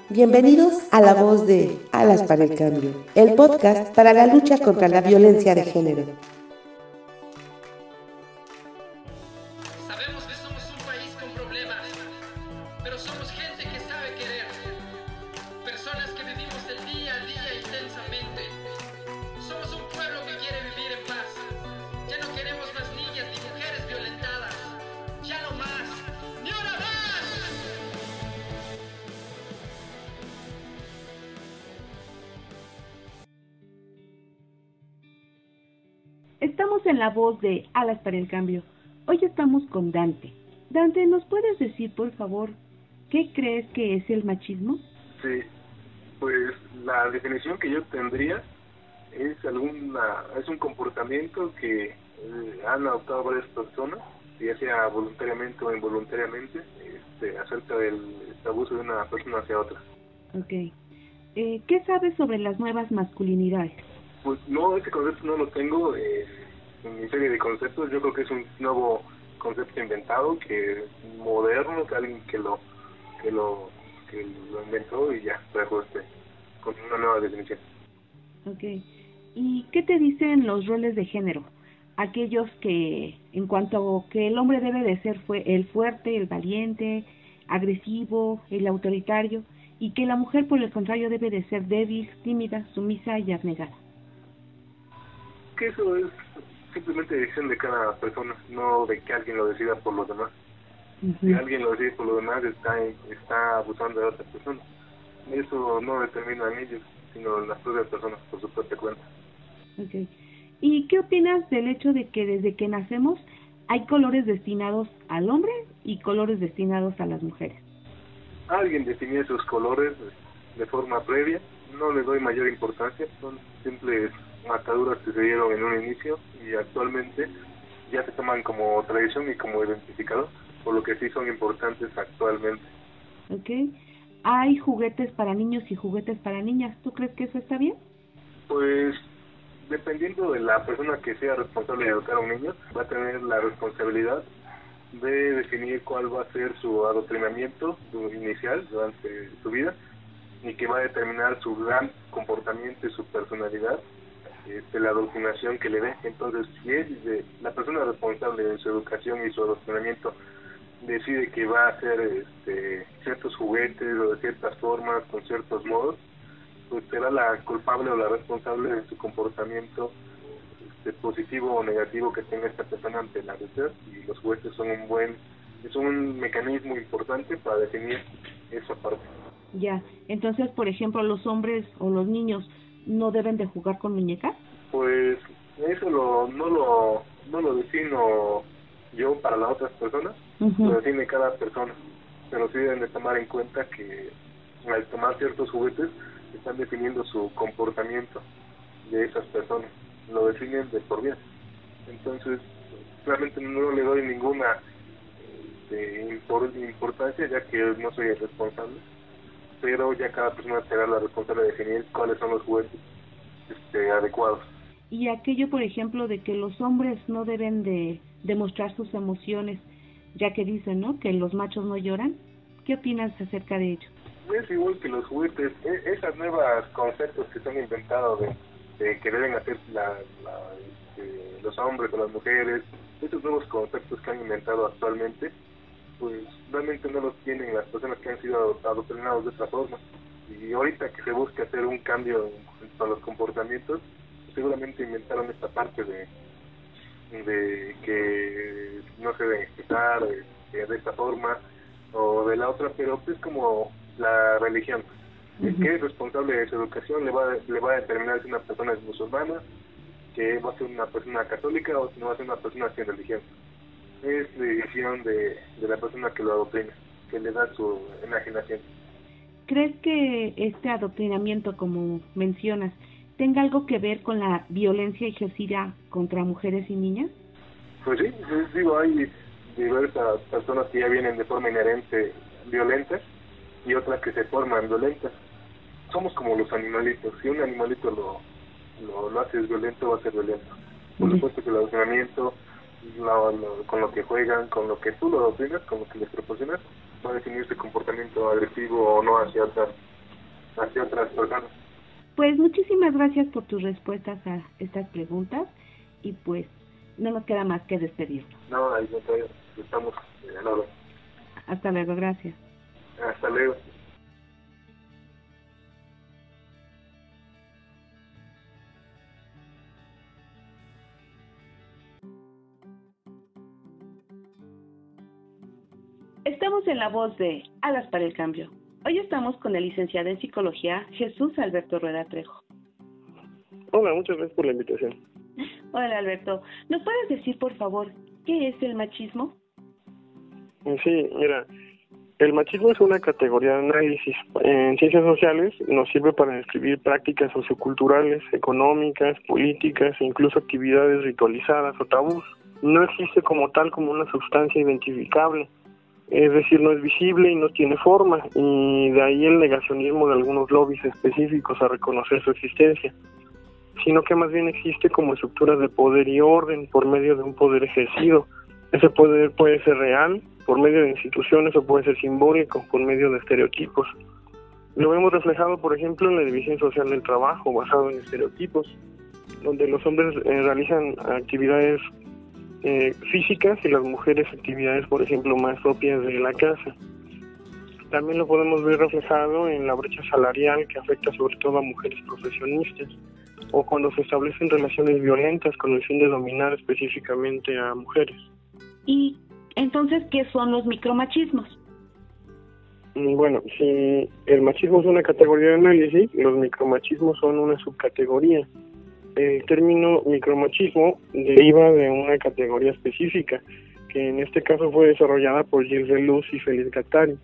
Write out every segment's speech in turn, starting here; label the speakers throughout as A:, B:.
A: Bienvenidos a La Voz de Alas para el Cambio, el podcast para la lucha contra la violencia de género.
B: Sabemos que somos un país con problemas, pero somos gente que sabe querer. Personas que vivimos el día a día intensamente. Somos un pueblo que quiere vivir en paz. Ya no queremos más niñas ni mujeres violentadas. Ya no más, ni una más.
C: Estamos en La Voz de Alas para el Cambio. Hoy estamos con Dante. Dante, ¿nos puedes decir, por favor, qué crees que es el machismo?
D: Sí, pues la definición que yo tendría es un comportamiento que han adoptado varias personas, ya sea voluntariamente o involuntariamente, acerca del abuso de una persona hacia otra.
C: Ok. ¿Qué sabes sobre las nuevas masculinidades?
D: Pues no, ese concepto no lo tengo en mi serie de conceptos. Yo creo que es un nuevo concepto inventado, moderno, que alguien que lo inventó y ya trajo con una nueva definición.
C: Ok. ¿Y qué te dicen los roles de género? Aquellos que, en cuanto a que el hombre debe de ser el fuerte, el valiente, agresivo, el autoritario, y que la mujer, por el contrario, debe de ser débil, tímida, sumisa y abnegada.
D: Que eso es simplemente decisión de cada persona, no de que alguien lo decida por los demás.
C: Uh-huh.
D: Si alguien lo decide por los demás, está abusando de otra persona. Eso no determinan ellos, sino las propias personas por su propia cuenta.
C: Okay. ¿Y qué opinas del hecho de que desde que nacemos hay colores destinados al hombre y colores destinados a las mujeres?
D: Alguien definió esos colores de forma previa, no le doy mayor importancia, son simples ataduras que se dieron en un inicio y actualmente ya se toman como tradición y como identificador, por lo que sí son importantes actualmente.
C: Okay. Hay juguetes para niños y juguetes para niñas. ¿Tú crees que eso está bien?
D: Pues dependiendo de la persona que sea responsable de educar a un niño, va a tener la responsabilidad de definir cuál va a ser su adoctrinamiento inicial durante su vida y que va a determinar su gran comportamiento y su personalidad, la adoctrinación que le dé. Entonces, si la persona responsable de su educación y su adoctrinamiento decide que va a hacer ciertos juguetes o de ciertas formas, con ciertos modos, pues será la culpable o la responsable de su comportamiento positivo o negativo que tenga esta persona ante la sociedad. Y los juguetes son un mecanismo importante para definir esa parte.
C: Ya, entonces, por ejemplo, los hombres o los niños no deben de jugar con muñecas.
D: Pues eso no lo defino yo para las otras personas,
C: Uh-huh.
D: Lo define cada persona, pero sí deben de tomar en cuenta que al tomar ciertos juguetes están definiendo su comportamiento de esas personas, lo definen de por vida. Entonces, realmente no le doy ninguna importancia, ya que no soy el responsable, pero ya cada persona será la responsable de definir cuáles son los juguetes adecuados.
C: Y aquello, por ejemplo, de que los hombres no deben de demostrar sus emociones, ya que dicen, ¿no?, que los machos no lloran. ¿Qué opinas acerca de ello?
D: Es igual que los juguetes, esas nuevas conceptos que se han inventado de que deben hacer los hombres o las mujeres, esos nuevos conceptos que han inventado actualmente, pues realmente no los tienen las personas que han sido adoctrinados de otra forma. Y ahorita que se busca hacer un cambio en los comportamientos, seguramente inventaron esta parte de que no se debe expresar de esta forma o de la otra, pero es como la religión. El que es responsable de su educación le va a determinar si una persona es musulmana, que va a ser una persona católica o si no va a ser una persona sin religión. Es decisión de la persona que lo adoctrina, que le da su enajenación.
C: ¿Crees que este adoctrinamiento, como mencionas, tenga algo que ver con la violencia ejercida contra mujeres y niñas?
D: Pues sí, hay diversas personas que ya vienen de forma inherente violentas y otras que se forman violentas. Somos como los animalitos. Si un animalito lo haces violento, va a ser violento. Por supuesto que el adoctrinamiento, con lo que juegan, con lo que tú lo adoctrinas, con lo que les proporcionas, va a definir su comportamiento agresivo o no hacia otras hacia otras personas.
C: Pues muchísimas gracias por tus respuestas a estas preguntas y pues no nos queda más que despedirnos.
D: No, ahí estamos en orden.
C: Hasta luego, gracias.
D: Hasta luego.
C: Estamos en La Voz de Alas para el Cambio. Hoy estamos con el licenciado en Psicología, Jesús Alberto Rueda Trejo.
E: Hola, muchas gracias por la invitación.
C: Hola, Alberto. ¿Nos puedes decir, por favor, qué es el machismo?
E: Sí, mira, el machismo es una categoría de análisis. En ciencias sociales nos sirve para describir prácticas socioculturales, económicas, políticas e incluso actividades ritualizadas o tabús. No existe como tal como una sustancia identificable. Es decir, no es visible y no tiene forma, y de ahí el negacionismo de algunos lobbies específicos a reconocer su existencia, sino que más bien existe como estructuras de poder y orden por medio de un poder ejercido. Ese poder puede ser real, por medio de instituciones, o puede ser simbólico, por medio de estereotipos. Lo vemos reflejado, por ejemplo, en la división social del trabajo, basado en estereotipos, donde los hombres realizan actividades físicas y las mujeres actividades, por ejemplo, más propias de la casa. También lo podemos ver reflejado en la brecha salarial que afecta sobre todo a mujeres profesionistas, o cuando se establecen relaciones violentas con el fin de dominar específicamente a mujeres.
C: ¿Y entonces qué son los micromachismos?
E: Bueno, si el machismo es una categoría de análisis, los micromachismos son una subcategoría. El término micromachismo deriva de una categoría específica, que en este caso fue desarrollada por Gilles Deleuze y Félix Guattari.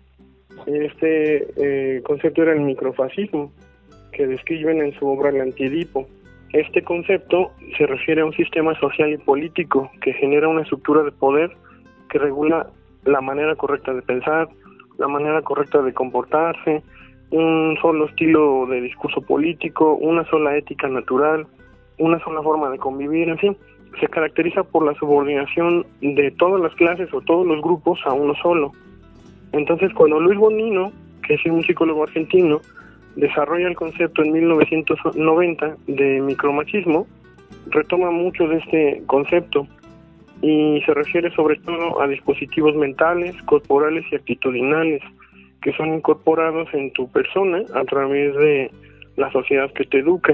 E: Este concepto era el microfascismo, que describen en su obra El Antiedipo. Este concepto se refiere a un sistema social y político que genera una estructura de poder que regula la manera correcta de pensar, la manera correcta de comportarse, un solo estilo de discurso político, una sola ética natural, una sola forma de convivir, en fin, se caracteriza por la subordinación de todas las clases o todos los grupos a uno solo. Entonces, cuando Luis Bonino, que es un psicólogo argentino, desarrolla el concepto en 1990 de micromachismo, retoma mucho de este concepto y se refiere sobre todo a dispositivos mentales, corporales y actitudinales que son incorporados en tu persona a través de la sociedad que te educa.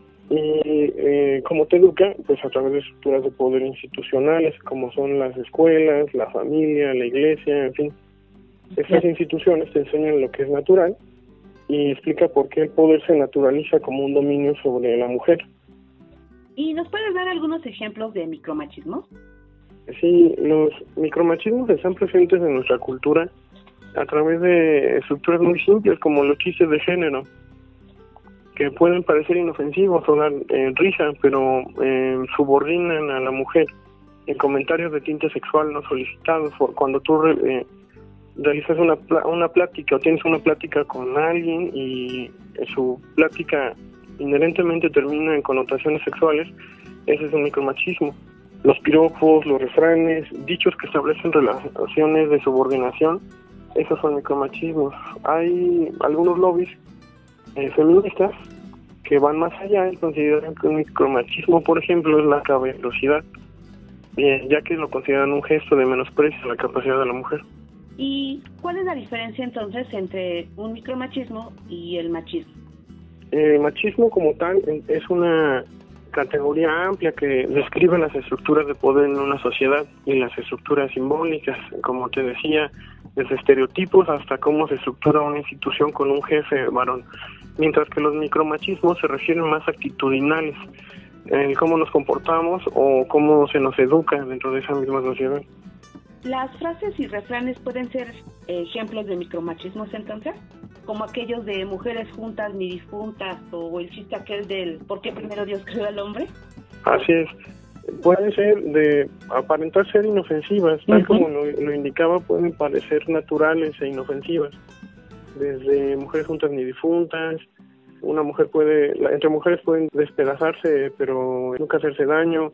E: Y ¿cómo te educa? Pues a través de estructuras de poder institucionales, como son las escuelas, la familia, la iglesia, en fin. Estas instituciones te enseñan lo que es natural y explica por qué el poder se naturaliza como un dominio sobre la mujer.
C: ¿Y nos puedes dar algunos ejemplos de micromachismos?
E: Sí, los micromachismos están presentes en nuestra cultura a través de estructuras muy simples, como los chistes de género, que pueden parecer inofensivos o dar risa, pero subordinan a la mujer en comentarios de tinte sexual no solicitados. Cuando tú realizas una plática o tienes una plática con alguien y su plática inherentemente termina en connotaciones sexuales, ese es un micromachismo. Los piropos, los refranes, dichos que establecen relaciones de subordinación, esos son micromachismos. Hay algunos lobbies feministas que van más allá y consideran que un micromachismo, por ejemplo, es la caballerosidad, ya que lo consideran un gesto de menosprecio a la capacidad de la mujer.
C: ¿Y cuál es la diferencia entonces entre un micromachismo y el machismo?
E: El machismo como tal es una categoría amplia que describe las estructuras de poder en una sociedad y las estructuras simbólicas, como te decía, desde estereotipos hasta cómo se estructura una institución con un jefe varón, mientras que los micromachismos se refieren más actitudinales, cómo nos comportamos o cómo se nos educa dentro de esa misma sociedad.
C: ¿Las frases y refranes pueden ser ejemplos de micromachismos entonces? Como aquellos de mujeres juntas ni difuntas, o el chiste aquel del ¿por qué primero Dios creó al hombre?
E: Así es. Pueden ser de aparentar ser inofensivas, tal como lo indicaba, pueden parecer naturales e inofensivas. Desde mujeres juntas ni difuntas, una mujer entre mujeres pueden despedazarse, pero nunca hacerse daño.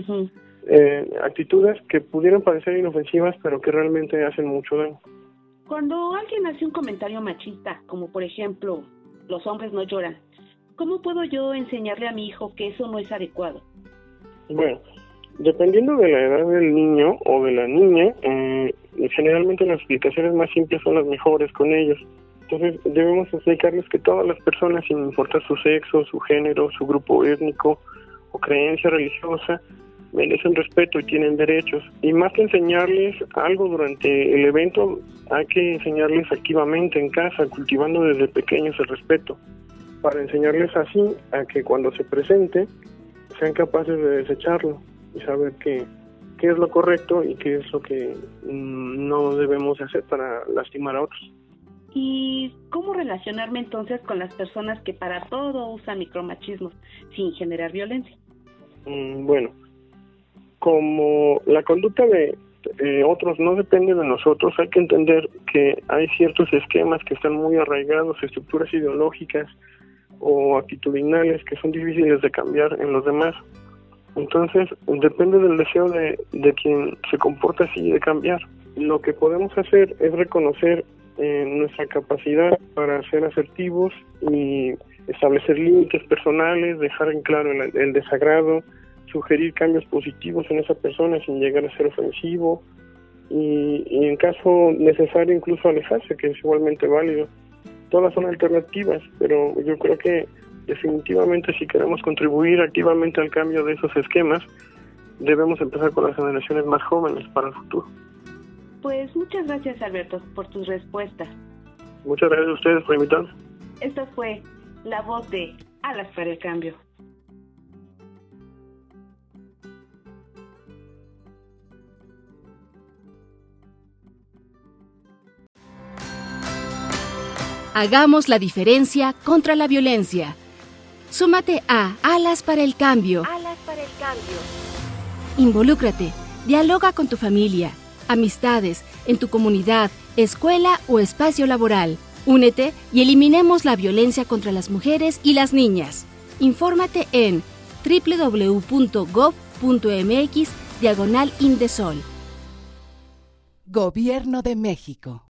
E: Actitudes que pudieran parecer inofensivas, pero que realmente hacen mucho daño.
C: Cuando alguien hace un comentario machista, como por ejemplo, los hombres no lloran. ¿Cómo puedo yo enseñarle a mi hijo que eso no es adecuado?
E: Bueno, dependiendo de la edad del niño o de la niña, generalmente las explicaciones más simples son las mejores con ellos. Entonces debemos explicarles que todas las personas, sin importar su sexo, su género, su grupo étnico o creencia religiosa, merecen respeto y tienen derechos. Y más que enseñarles algo durante el evento, hay que enseñarles activamente en casa, cultivando desde pequeños el respeto, para enseñarles así a que cuando se presente sean capaces de desecharlo y saber qué es lo correcto y qué es lo que no debemos hacer para lastimar a otros.
C: ¿Y cómo relacionarme entonces con las personas que para todo usan micromachismos sin generar violencia?
E: Bueno, como la conducta de otros no depende de nosotros, hay que entender que hay ciertos esquemas que están muy arraigados, estructuras ideológicas o actitudinales que son difíciles de cambiar en los demás. Entonces, depende del deseo de quien se comporta así de cambiar. Lo que podemos hacer es reconocer nuestra capacidad para ser asertivos y establecer límites personales, dejar en claro el desagrado, sugerir cambios positivos en esa persona sin llegar a ser ofensivo y en caso necesario incluso alejarse, que es igualmente válido. Todas son alternativas, pero yo creo que definitivamente si queremos contribuir activamente al cambio de esos esquemas, debemos empezar con las generaciones más jóvenes para el futuro.
C: Pues muchas gracias, Alberto, por tus respuestas.
E: Muchas gracias a ustedes por invitarme.
C: Esta fue la voz de Alas para el Cambio.
F: Hagamos la diferencia contra la violencia. Súmate a Alas para el Cambio.
A: Alas para el Cambio.
F: Involúcrate, dialoga con tu familia, amistades, en tu comunidad, escuela o espacio laboral. Únete y eliminemos la violencia contra las mujeres y las niñas. Infórmate en www.gov.mx/Indesol.
G: Gobierno de México.